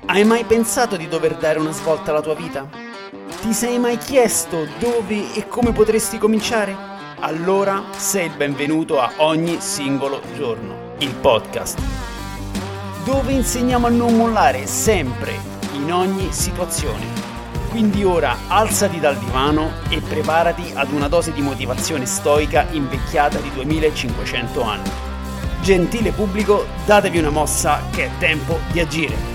Hai mai pensato di dover dare una svolta alla tua vita? Ti sei mai chiesto dove e come potresti cominciare? Allora sei il benvenuto a Ogni Singolo Giorno, il podcast, dove insegniamo a non mollare sempre, in ogni situazione. Quindi ora alzati dal divano e preparati ad una dose di motivazione stoica invecchiata di 2500 anni. Gentile pubblico, datevi una mossa che è tempo di agire.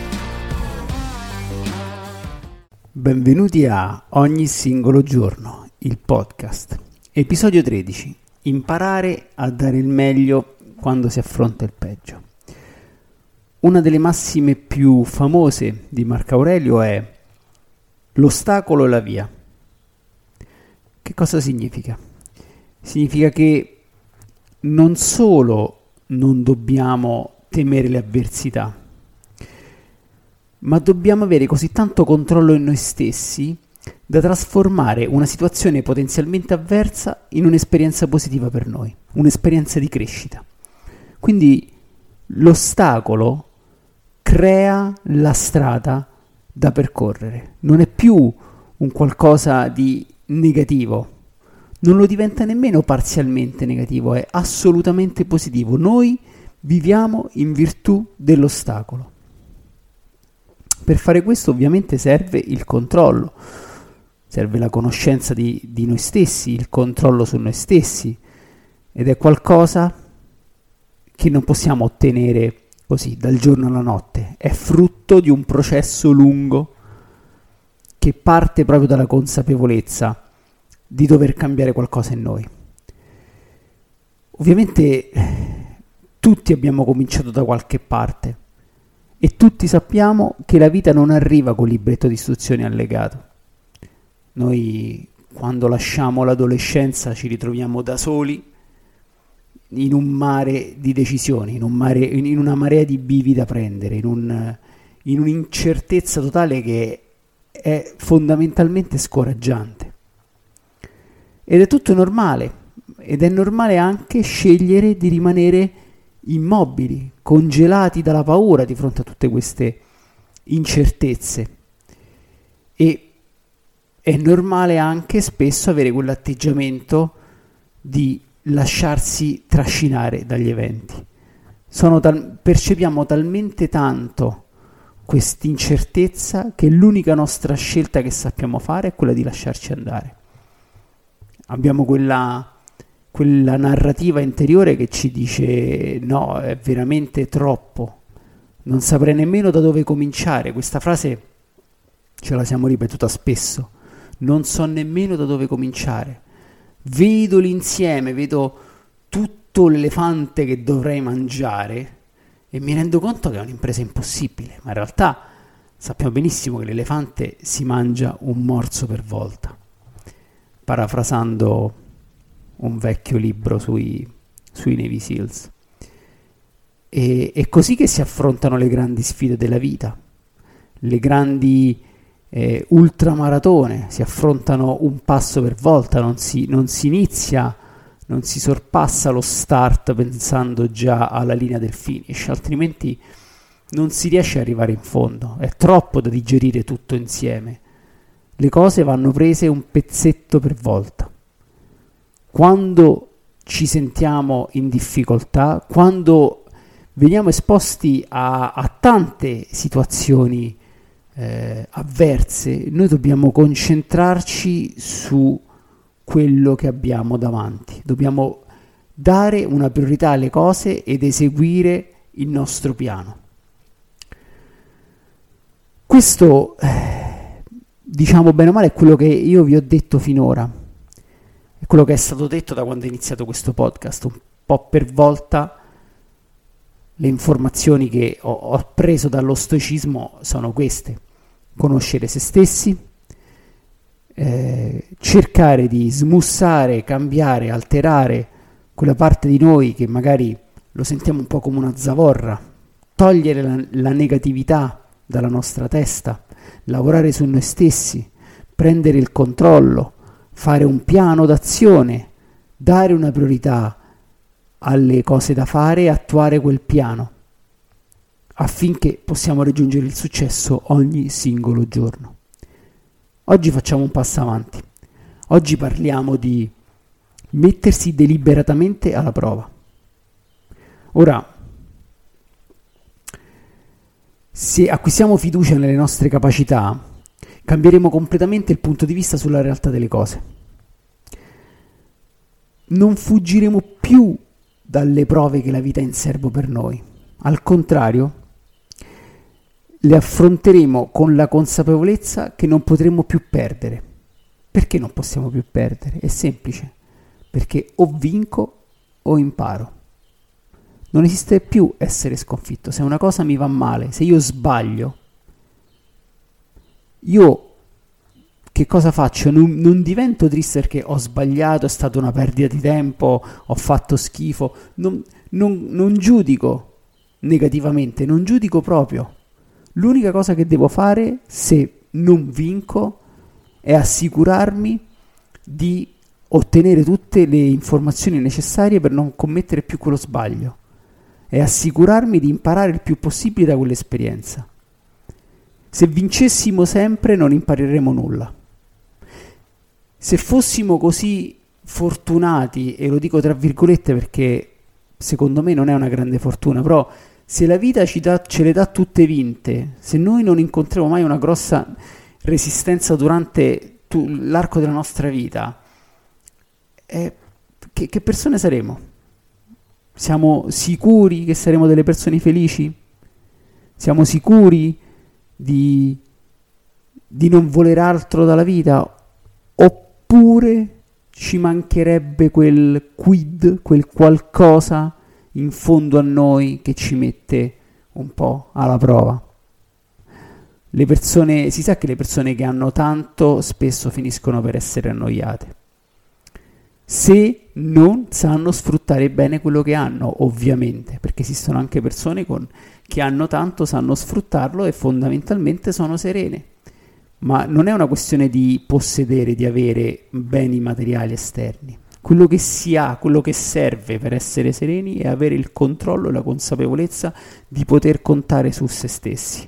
Benvenuti a Ogni Singolo Giorno, il podcast. Episodio 13. Imparare a dare il meglio quando si affronta il peggio. Una delle massime più famose di Marco Aurelio è: l'ostacolo è la via. Che cosa significa? Significa che non solo non dobbiamo temere le avversità, ma dobbiamo avere così tanto controllo in noi stessi da trasformare una situazione potenzialmente avversa in un'esperienza positiva per noi, un'esperienza di crescita. Quindi l'ostacolo crea la strada da percorrere, non è più un qualcosa di negativo, non lo diventa nemmeno parzialmente negativo, è assolutamente positivo. Noi viviamo in virtù dell'ostacolo. Per fare questo ovviamente serve il controllo, serve la conoscenza di noi stessi, il controllo su noi stessi, ed è qualcosa che non possiamo ottenere così dal giorno alla notte, è frutto di un processo lungo che parte proprio dalla consapevolezza di dover cambiare qualcosa in noi. Ovviamente tutti abbiamo cominciato da qualche parte e tutti sappiamo che la vita non arriva col libretto di istruzioni allegato. Noi quando lasciamo l'adolescenza ci ritroviamo da soli in un mare di decisioni, in una marea di bivi da prendere, in un'incertezza totale che è fondamentalmente scoraggiante. Ed è tutto normale, ed è normale anche scegliere di rimanere immobili, congelati dalla paura di fronte a tutte queste incertezze. E è normale anche spesso avere quell'atteggiamento di lasciarsi trascinare dagli eventi. Percepiamo talmente tanto quest'incertezza che l'unica nostra scelta che sappiamo fare è quella di lasciarci andare. Abbiamo quella narrativa interiore che ci dice: no, è veramente troppo, non saprei nemmeno da dove cominciare. Questa frase ce la siamo ripetuta spesso: non so nemmeno da dove cominciare, vedo l'insieme, vedo tutto l'elefante che dovrei mangiare e mi rendo conto che è un'impresa impossibile, ma in realtà sappiamo benissimo che l'elefante si mangia un morso per volta, parafrasando un vecchio libro sui Navy Seals. E è così che si affrontano le grandi sfide della vita, le grandi ultramaratone, si affrontano un passo per volta, non si inizia, non si sorpassa lo start pensando già alla linea del finish, altrimenti non si riesce ad arrivare in fondo, è troppo da digerire tutto insieme. Le cose vanno prese un pezzetto per volta. Quando ci sentiamo in difficoltà, quando veniamo esposti a tante situazioni avverse, noi dobbiamo concentrarci su quello che abbiamo davanti. Dobbiamo dare una priorità alle cose ed eseguire il nostro piano. Questo, diciamo bene o male, è quello che io vi ho detto finora. È quello che è stato detto da quando è iniziato questo podcast. Un po' per volta le informazioni che ho preso dallo stoicismo sono queste: conoscere se stessi, cercare di smussare, cambiare, alterare quella parte di noi che magari lo sentiamo un po' come una zavorra, togliere la negatività dalla nostra testa, lavorare su noi stessi, prendere il controllo, fare un piano d'azione, dare una priorità alle cose da fare e attuare quel piano. affinché possiamo raggiungere il successo ogni singolo giorno. Oggi facciamo un passo avanti. Oggi parliamo di mettersi deliberatamente alla prova. Ora, se acquisiamo fiducia nelle nostre capacità, cambieremo completamente il punto di vista sulla realtà delle cose. Non fuggiremo più dalle prove che la vita ha in serbo per noi. Al contrario, le affronteremo con la consapevolezza che non potremo più perdere. Perché non possiamo più perdere? È semplice, perché o vinco o imparo. Non esiste più essere sconfitto. Se una cosa mi va male, se io sbaglio, io che cosa faccio? Non divento triste perché ho sbagliato, è stata una perdita di tempo, ho fatto schifo. Non giudico negativamente, non giudico proprio. L'unica cosa che devo fare se non vinco è assicurarmi di ottenere tutte le informazioni necessarie per non commettere più quello sbaglio. È assicurarmi di imparare il più possibile da quell'esperienza. Se vincessimo sempre non impareremo nulla. Se fossimo così fortunati, e lo dico tra virgolette perché secondo me non è una grande fortuna, però se la vita ce le dà tutte vinte, se noi non incontriamo mai una grossa resistenza durante l'arco della nostra vita, che persone saremo? Siamo sicuri che saremo delle persone felici? Siamo sicuri di non voler altro dalla vita? Oppure ci mancherebbe quel quid, quel qualcosa in fondo a noi che ci mette un po' alla prova? Si sa che le persone che hanno tanto spesso finiscono per essere annoiate, se non sanno sfruttare bene quello che hanno, ovviamente, perché esistono anche persone che hanno tanto, sanno sfruttarlo e fondamentalmente sono serene. Ma non è una questione di possedere, di avere beni materiali esterni. Quello che si ha, quello che serve per essere sereni è avere il controllo e la consapevolezza di poter contare su se stessi.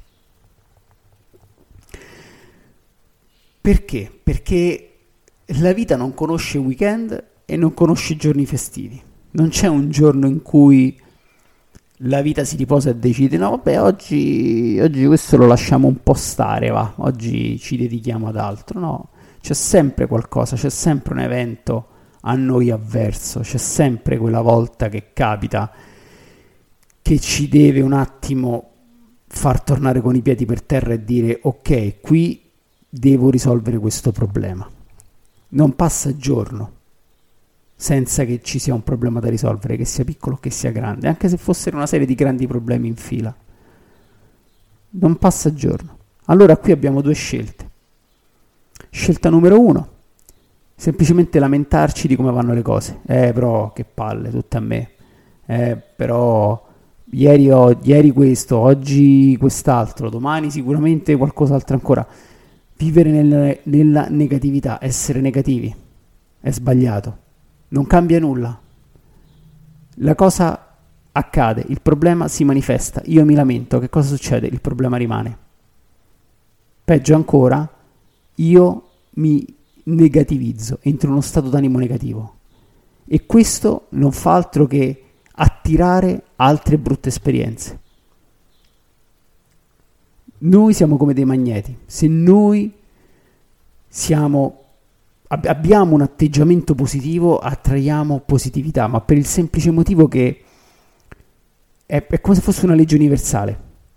Perché? Perché la vita non conosce weekend e non conosce giorni festivi. Non c'è un giorno in cui la vita si riposa e decide no vabbè oggi questo lo lasciamo un po' stare, va, oggi ci dedichiamo ad altro. No, c'è sempre qualcosa, c'è sempre un evento a noi avverso, c'è sempre quella volta che capita che ci deve un attimo far tornare con i piedi per terra e dire ok, qui devo risolvere questo problema. Non passa giorno senza che ci sia un problema da risolvere, che sia piccolo o che sia grande, anche se fossero una serie di grandi problemi in fila. Non passa giorno. Allora qui abbiamo due scelte. Scelta numero 1, semplicemente lamentarci di come vanno le cose. Però che palle, tutte a me. Però ieri questo, oggi quest'altro, domani sicuramente qualcos'altro ancora. Vivere nella negatività, essere negativi, è sbagliato. Non cambia nulla. La cosa accade, il problema si manifesta, io mi lamento, che cosa succede? Il problema rimane. Peggio ancora, io mi negativizzo, entro in uno stato d'animo negativo. E questo non fa altro che attirare altre brutte esperienze. Noi siamo come dei magneti. Se noi abbiamo un atteggiamento positivo, attraiamo positività, ma per il semplice motivo che è come se fosse una legge universale.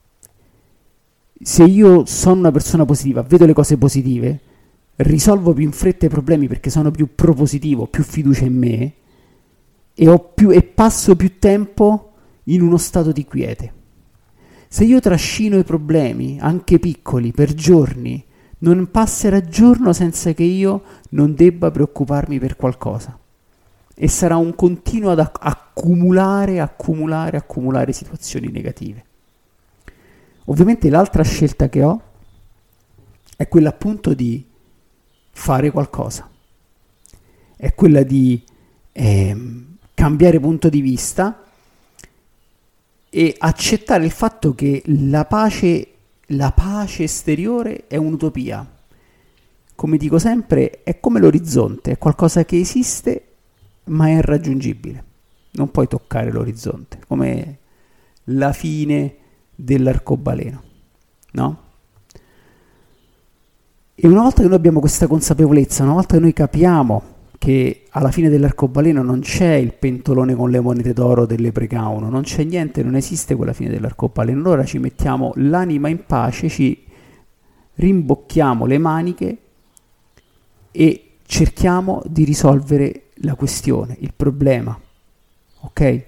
Se io sono una persona positiva, vedo le cose positive, risolvo più in fretta i problemi perché sono più propositivo, più fiducia in me e passo più tempo in uno stato di quiete. Se io trascino i problemi, anche piccoli, per giorni, non passerà giorno senza che io non debba preoccuparmi per qualcosa. E sarà un continuo ad accumulare situazioni negative. Ovviamente l'altra scelta che ho è quella appunto di fare qualcosa. È quella di cambiare punto di vista e accettare il fatto che la pace esteriore è un'utopia. Come dico sempre, è come l'orizzonte, è qualcosa che esiste ma è irraggiungibile. Non puoi toccare l'orizzonte, come la fine dell'arcobaleno, no? E una volta che noi abbiamo questa consapevolezza, una volta che noi capiamo che alla fine dell'arcobaleno non c'è il pentolone con le monete d'oro del Leprecauno, non c'è niente, non esiste quella fine dell'arcobaleno, allora ci mettiamo l'anima in pace, ci rimbocchiamo le maniche e cerchiamo di risolvere la questione, il problema, ok?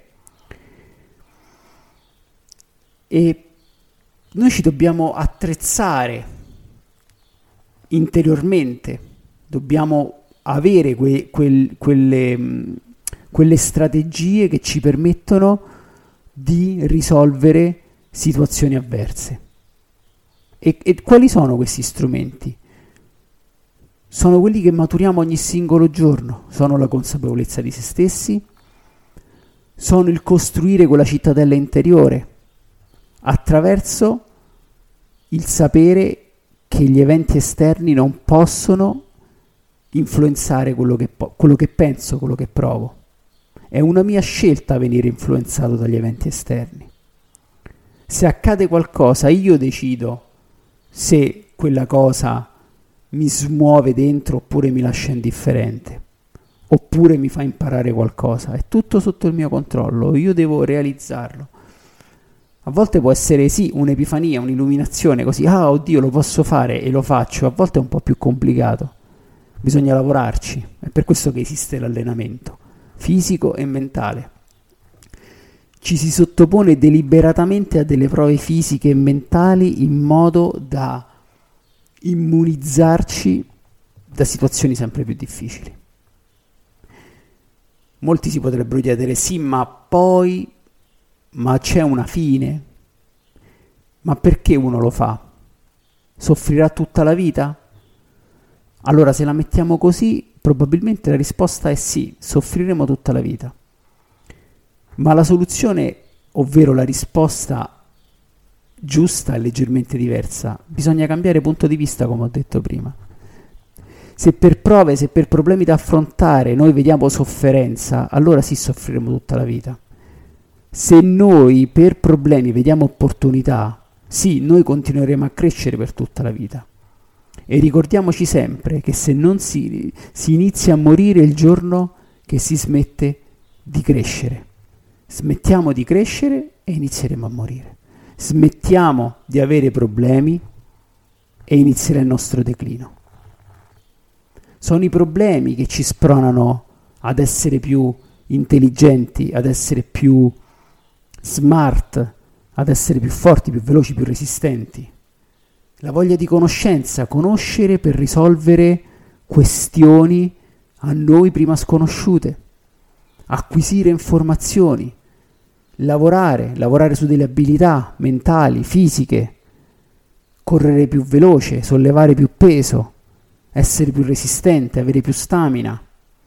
E noi ci dobbiamo attrezzare interiormente, dobbiamo avere quelle strategie che ci permettono di risolvere situazioni avverse. E quali sono questi strumenti? Sono quelli che maturiamo ogni singolo giorno, sono la consapevolezza di se stessi, sono il costruire quella cittadella interiore attraverso il sapere che gli eventi esterni non possono influenzare quello che penso, quello che provo. È una mia scelta venire influenzato dagli eventi esterni. Se accade qualcosa, io decido se quella cosa mi smuove dentro oppure mi lascia indifferente, oppure mi fa imparare qualcosa. È tutto sotto il mio controllo, io devo realizzarlo. A volte può essere sì un'epifania, un'illuminazione, così, ah oddio lo posso fare e lo faccio, a volte è un po' più complicato, bisogna lavorarci, è per questo che esiste l'allenamento fisico e mentale. Ci si sottopone deliberatamente a delle prove fisiche e mentali in modo da immunizzarci da situazioni sempre più difficili. Molti si potrebbero chiedere, sì, ma c'è una fine? Ma perché uno lo fa? Soffrirà tutta la vita? Allora, se la mettiamo così, probabilmente la risposta è sì, soffriremo tutta la vita. Ma la soluzione, ovvero la risposta giusta è leggermente diversa. Bisogna cambiare punto di vista, come ho detto prima. Se per prove, se per problemi da affrontare noi vediamo sofferenza, allora sì, soffriremo tutta la vita. Se noi per problemi vediamo opportunità, sì, noi continueremo a crescere per tutta la vita. E ricordiamoci sempre che se non si inizia a morire il giorno che si smette di crescere. Smettiamo di crescere e inizieremo a morire. Smettiamo di avere problemi e inizierà il nostro declino. Sono i problemi che ci spronano ad essere più intelligenti, ad essere più smart, ad essere più forti, più veloci, più resistenti. La voglia di conoscenza, conoscere per risolvere questioni a noi prima sconosciute, acquisire informazioni, lavorare su delle abilità mentali, fisiche, correre più veloce, sollevare più peso, essere più resistente, avere più stamina,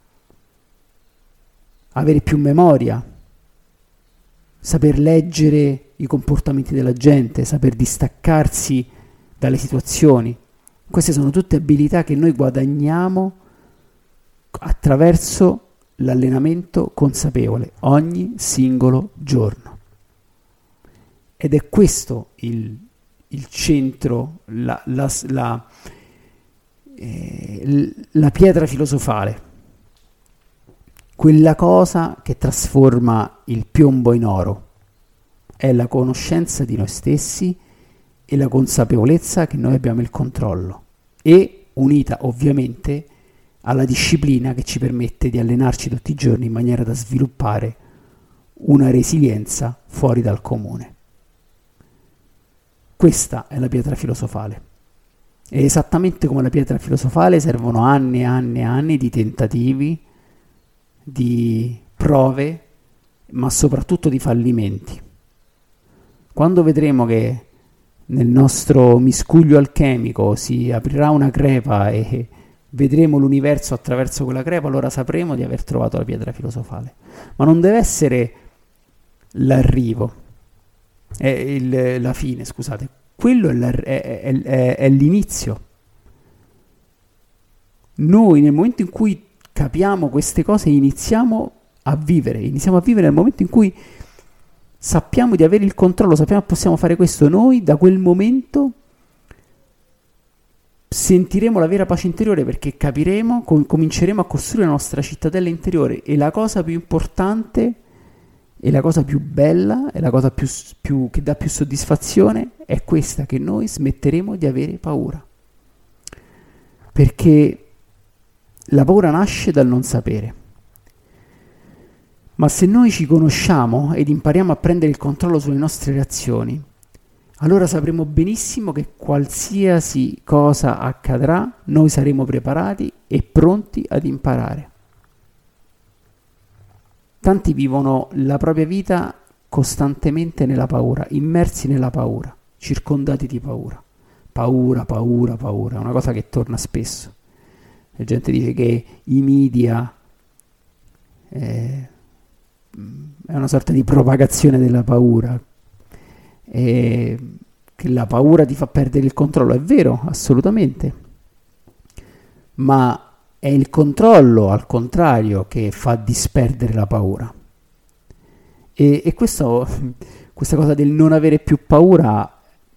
avere più memoria, saper leggere i comportamenti della gente, saper distaccarsi dalle situazioni. Queste sono tutte abilità che noi guadagniamo attraverso l'allenamento consapevole ogni singolo giorno. Ed è questo il centro, la pietra filosofale, quella cosa che trasforma il piombo in oro. È la conoscenza di noi stessi e la consapevolezza che noi abbiamo il controllo, e unita ovviamente alla disciplina che ci permette di allenarci tutti i giorni in maniera da sviluppare una resilienza fuori dal comune. Questa è la pietra filosofale. E esattamente come la pietra filosofale servono anni e anni e anni di tentativi, di prove, ma soprattutto di fallimenti. Quando vedremo che nel nostro miscuglio alchemico si aprirà una crepa e vedremo l'universo attraverso quella crepa, allora sapremo di aver trovato la pietra filosofale. Ma non deve essere l'arrivo, la fine, scusate. Quello è l'inizio. Noi nel momento in cui capiamo queste cose iniziamo a vivere nel momento in cui sappiamo di avere il controllo, sappiamo che possiamo fare questo. Noi da quel momento sentiremo la vera pace interiore, perché capiremo, cominceremo a costruire la nostra cittadella interiore, e la cosa più importante e la cosa più bella e la cosa più che dà più soddisfazione è questa, che noi smetteremo di avere paura, perché la paura nasce dal non sapere. Ma se noi ci conosciamo ed impariamo a prendere il controllo sulle nostre reazioni, allora sapremo benissimo che qualsiasi cosa accadrà, noi saremo preparati e pronti ad imparare. Tanti vivono la propria vita costantemente nella paura, immersi nella paura, circondati di paura. Paura, paura, paura, è una cosa che torna spesso. La gente dice che i media è una sorta di propagazione della paura, e che la paura ti fa perdere il controllo. È vero, assolutamente, ma è il controllo, al contrario, che fa disperdere la paura. E questa cosa del non avere più paura,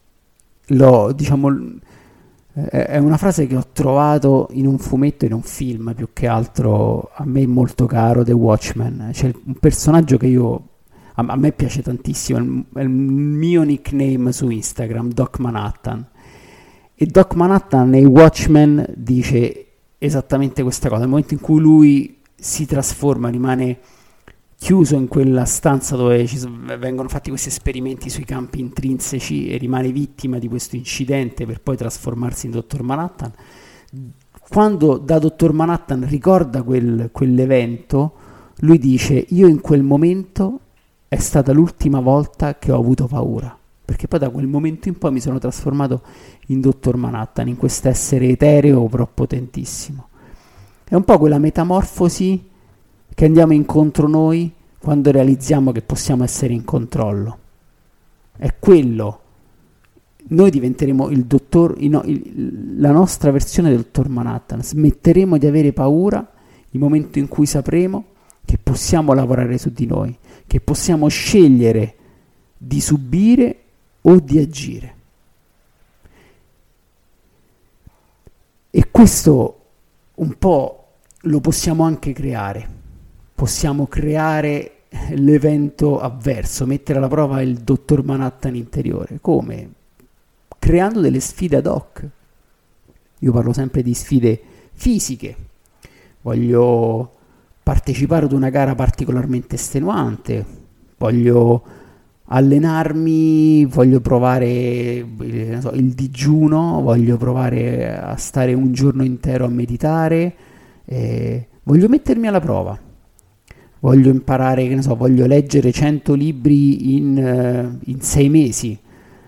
è una frase che ho trovato in un fumetto, in un film, più che altro a me molto caro, The Watchmen. C'è un personaggio che a me piace tantissimo, è il mio nickname su Instagram, Doc Manhattan. E Doc Manhattan nei Watchmen dice esattamente questa cosa. Nel momento in cui lui si trasforma, rimane chiuso in quella stanza dove vengono fatti questi esperimenti sui campi intrinseci, e rimane vittima di questo incidente per poi trasformarsi in Dottor Manhattan. Quando da Dottor Manhattan ricorda quell'evento, lui dice: io in quel momento è stata l'ultima volta che ho avuto paura, perché poi da quel momento in poi mi sono trasformato in Dottor Manhattan, in quest'essere etereo però potentissimo. È un po' quella metamorfosi che andiamo incontro noi quando realizziamo che possiamo essere in controllo. È quello. Noi diventeremo la nostra versione del Dottor Manhattan. Smetteremo di avere paura nel momento in cui sapremo che possiamo lavorare su di noi, che possiamo scegliere di subire o di agire. E questo un po' lo possiamo anche creare. Possiamo creare l'evento avverso, mettere alla prova il Dottor Manhattan interiore. Come? Creando delle sfide ad hoc. Io parlo sempre di sfide fisiche. Voglio partecipare ad una gara particolarmente estenuante, voglio allenarmi, voglio provare il digiuno, voglio provare a stare un giorno intero a meditare, voglio mettermi alla prova, voglio imparare, voglio leggere 100 libri in 6 mesi,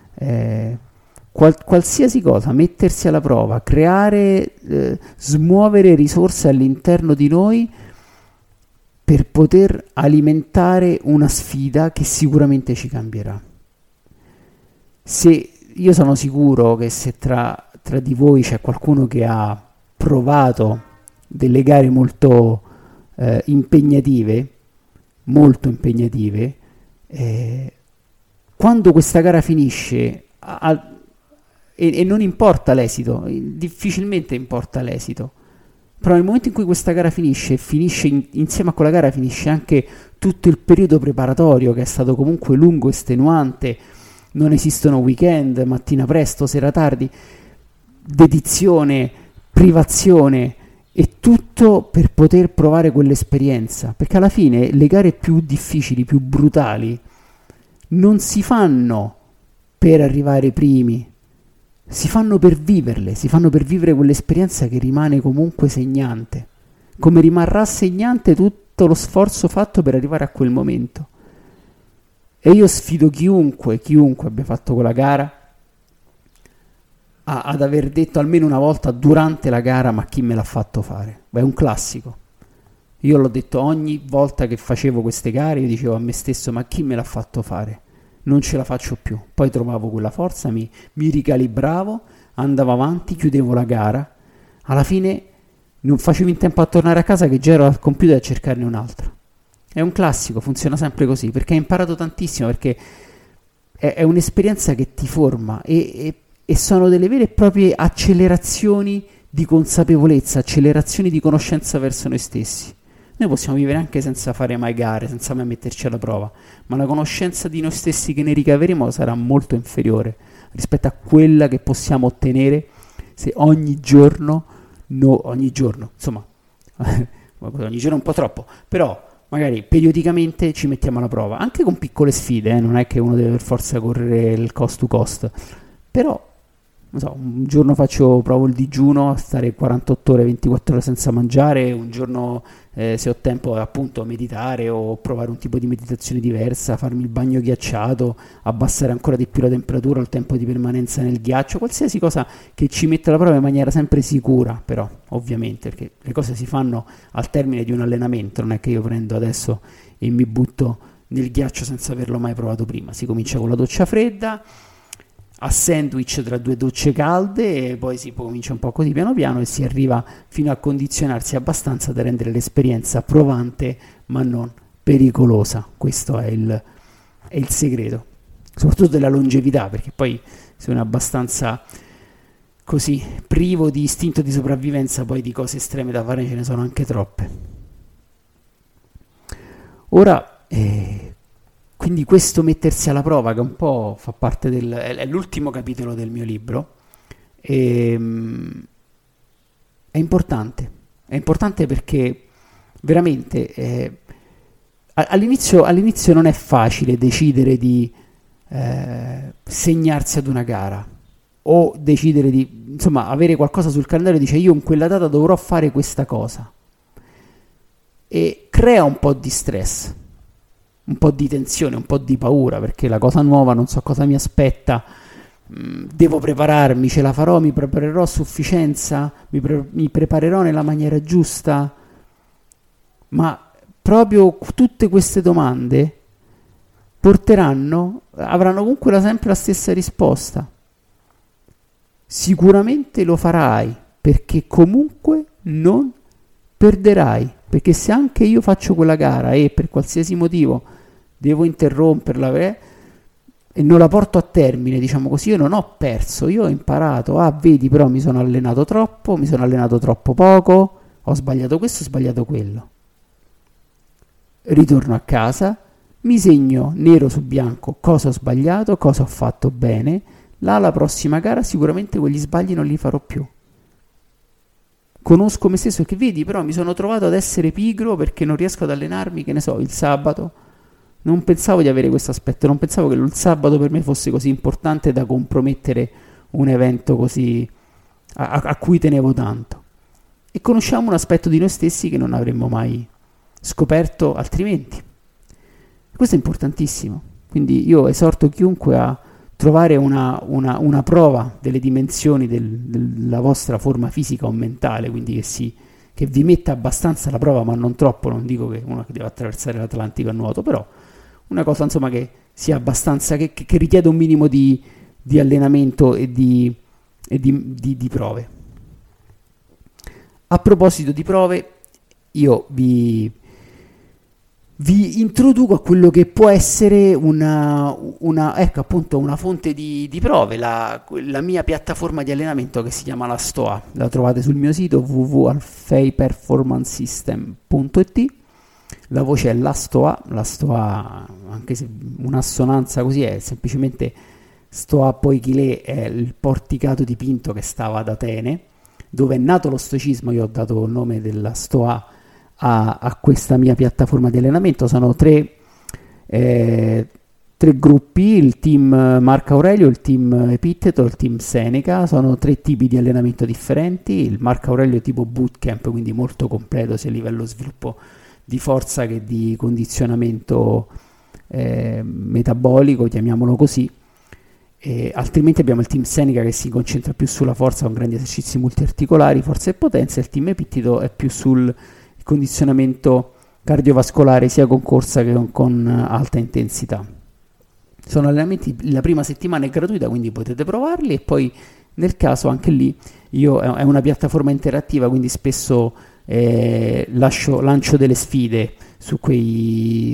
qualsiasi cosa, mettersi alla prova, creare, smuovere risorse all'interno di noi per poter alimentare una sfida che sicuramente ci cambierà. Io sono sicuro che se tra di voi c'è qualcuno che ha provato delle gare molto impegnative, quando questa gara finisce, e non importa l'esito, difficilmente importa l'esito, però nel momento in cui questa gara finisce insieme a quella gara finisce anche tutto il periodo preparatorio, che è stato comunque lungo, estenuante, non esistono weekend, mattina presto, sera tardi, dedizione, privazione, e tutto per poter provare quell'esperienza, perché alla fine le gare più difficili, più brutali, non si fanno per arrivare primi, si fanno per viverle, si fanno per vivere quell'esperienza che rimane comunque segnante, come rimarrà segnante tutto lo sforzo fatto per arrivare a quel momento. E io sfido chiunque abbia fatto quella gara ad aver detto almeno una volta durante la gara: ma chi me l'ha fatto fare? Beh, è un classico. Io l'ho detto ogni volta che facevo queste gare, io dicevo a me stesso: ma chi me l'ha fatto fare? non ce la faccio più. Poi trovavo quella forza, mi ricalibravo, andavo avanti, chiudevo la gara, alla fine non facevo in tempo a tornare a casa che già ero al computer a cercarne un'altra. È un classico, funziona sempre così, perché hai imparato tantissimo, perché è un'esperienza che ti forma e sono delle vere e proprie accelerazioni di consapevolezza, accelerazioni di conoscenza verso noi stessi. Noi possiamo vivere anche senza fare mai gare, senza mai metterci alla prova, ma la conoscenza di noi stessi che ne ricaveremo sarà molto inferiore rispetto a quella che possiamo ottenere se ogni giorno, ogni giorno è un po' troppo, però magari periodicamente ci mettiamo alla prova, anche con piccole sfide, non è che uno deve per forza correre il cost to cost, però non so, un giorno provo il digiuno, a stare 48 ore, 24 ore senza mangiare, un giorno se ho tempo appunto a meditare o provare un tipo di meditazione diversa, farmi il bagno ghiacciato, abbassare ancora di più la temperatura, il tempo di permanenza nel ghiaccio, qualsiasi cosa che ci metta alla prova in maniera sempre sicura, però ovviamente, perché le cose si fanno al termine di un allenamento, non è che io prendo adesso e mi butto nel ghiaccio senza averlo mai provato prima. Si comincia con la doccia fredda, a sandwich tra due docce calde, e poi si comincia un po' così piano piano e si arriva fino a condizionarsi abbastanza da rendere l'esperienza provante ma non pericolosa. Questo è il segreto, soprattutto della longevità, perché poi se uno è abbastanza così privo di istinto di sopravvivenza, poi di cose estreme da fare ce ne sono anche troppe. Ora quindi questo mettersi alla prova, che un po' fa parte è l'ultimo capitolo del mio libro, è importante perché veramente all'inizio non è facile decidere di segnarsi ad una gara o decidere di, insomma, avere qualcosa sul calendario e dice io in quella data dovrò fare questa cosa, e crea un po' di stress, un po' di tensione, un po' di paura, perché la cosa nuova, non so cosa mi aspetta, devo prepararmi, ce la farò, mi preparerò a sufficienza, mi preparerò nella maniera giusta, ma proprio tutte queste domande avranno comunque sempre la stessa risposta. Sicuramente lo farai, perché comunque non perderai, perché se anche io faccio quella gara e per qualsiasi motivo devo interromperla e non la porto a termine, diciamo così, io non ho perso, io ho imparato, vedi, però mi sono allenato troppo, mi sono allenato troppo poco, ho sbagliato questo, ho sbagliato quello. Ritorno a casa, mi segno nero su bianco cosa ho sbagliato, cosa ho fatto bene, la prossima gara sicuramente quegli sbagli non li farò più. Conosco me stesso, che vedi, però mi sono trovato ad essere pigro perché non riesco ad allenarmi, che ne so, il sabato. Non pensavo di avere questo aspetto, non pensavo che il sabato per me fosse così importante da compromettere un evento così a cui tenevo tanto. E conosciamo un aspetto di noi stessi che non avremmo mai scoperto altrimenti. Questo è importantissimo. Quindi io esorto chiunque a trovare una prova delle dimensioni della vostra forma fisica o mentale, quindi che vi metta abbastanza alla prova, ma non troppo. Non dico che uno che deve attraversare l'Atlantico a nuoto, però una cosa insomma che sia abbastanza, che richieda un minimo di allenamento e di prove. A proposito di prove, io vi introduco a quello che può essere una fonte di prove, la mia piattaforma di allenamento che si chiama la STOA. La trovate sul mio sito www.alfeiperformancesystem.it. La voce è la STOA, anche se un'assonanza così è semplicemente Stoa Poikile, è il porticato dipinto che stava ad Atene, dove è nato lo stoicismo. Io ho dato il nome della STOA a questa mia piattaforma di allenamento. Sono tre gruppi: il team Marco Aurelio, il team Epitteto, il team Seneca. Sono tre tipi di allenamento differenti. Il Marco Aurelio è tipo bootcamp, quindi molto completo sia a livello sviluppo di forza che di condizionamento metabolico, chiamiamolo così. Altrimenti abbiamo il team Seneca che si concentra più sulla forza con grandi esercizi multiarticolari, forza e potenza. Il team Epitteto è più sul condizionamento cardiovascolare sia con corsa che con alta intensità. Sono allenamenti, la prima settimana è gratuita, quindi potete provarli, e poi nel caso anche lì è una piattaforma interattiva, quindi spesso lancio delle sfide su quei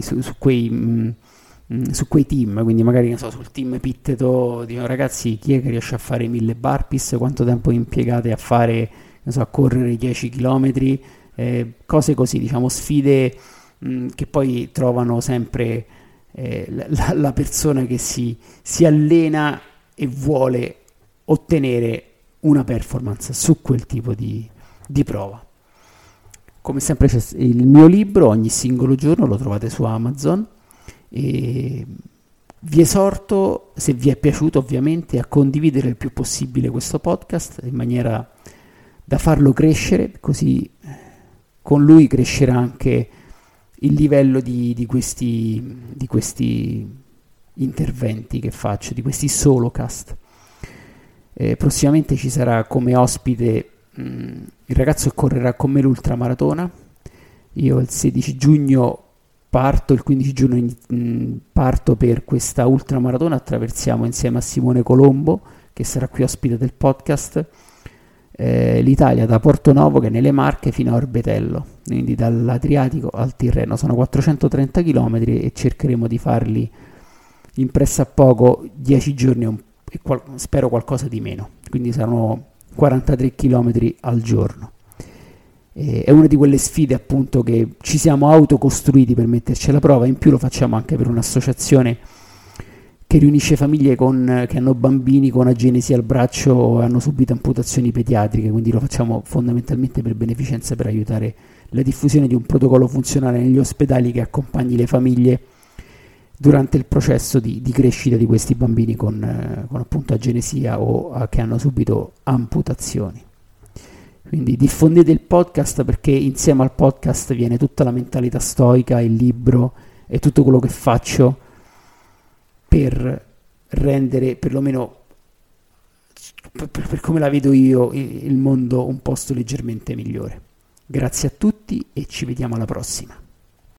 team, quindi magari non so, sul team Pitteto dico: ragazzi, chi è che riesce a fare 1000 burpees, quanto tempo impiegate a fare, non so, a correre 10 km, cose così, diciamo sfide che poi trovano sempre la persona che si allena e vuole ottenere una performance su quel tipo di prova. Come sempre c'è il mio libro Ogni singolo giorno, lo trovate su Amazon, e vi esorto, se vi è piaciuto ovviamente, a condividere il più possibile questo podcast in maniera da farlo crescere, così con lui crescerà anche il livello di questi interventi che faccio, di questi solocast. Prossimamente ci sarà come ospite il ragazzo che correrà con me l'ultramaratona. Io il 16 giugno parto, il 15 giugno parto per questa ultramaratona, attraversiamo insieme a Simone Colombo, che sarà qui ospite del podcast, l'Italia da Portonovo, che è nelle Marche, fino a Orbetello, quindi dall'Adriatico al Tirreno. Sono 430 km e cercheremo di farli in pressappoco 10 giorni e spero qualcosa di meno, quindi saranno 43 km al giorno. È una di quelle sfide appunto che ci siamo autocostruiti per metterci alla prova, in più lo facciamo anche per un'associazione che riunisce famiglie che hanno bambini con agenesi al braccio o hanno subito amputazioni pediatriche, quindi lo facciamo fondamentalmente per beneficenza, per aiutare la diffusione di un protocollo funzionale negli ospedali che accompagni le famiglie durante il processo di crescita di questi bambini con appunto agenesia o che hanno subito amputazioni. Quindi diffondete il podcast, perché insieme al podcast viene tutta la mentalità stoica, il libro e tutto quello che faccio per rendere, perlomeno per come la vedo io, il mondo un posto leggermente migliore. Grazie a tutti e ci vediamo alla prossima.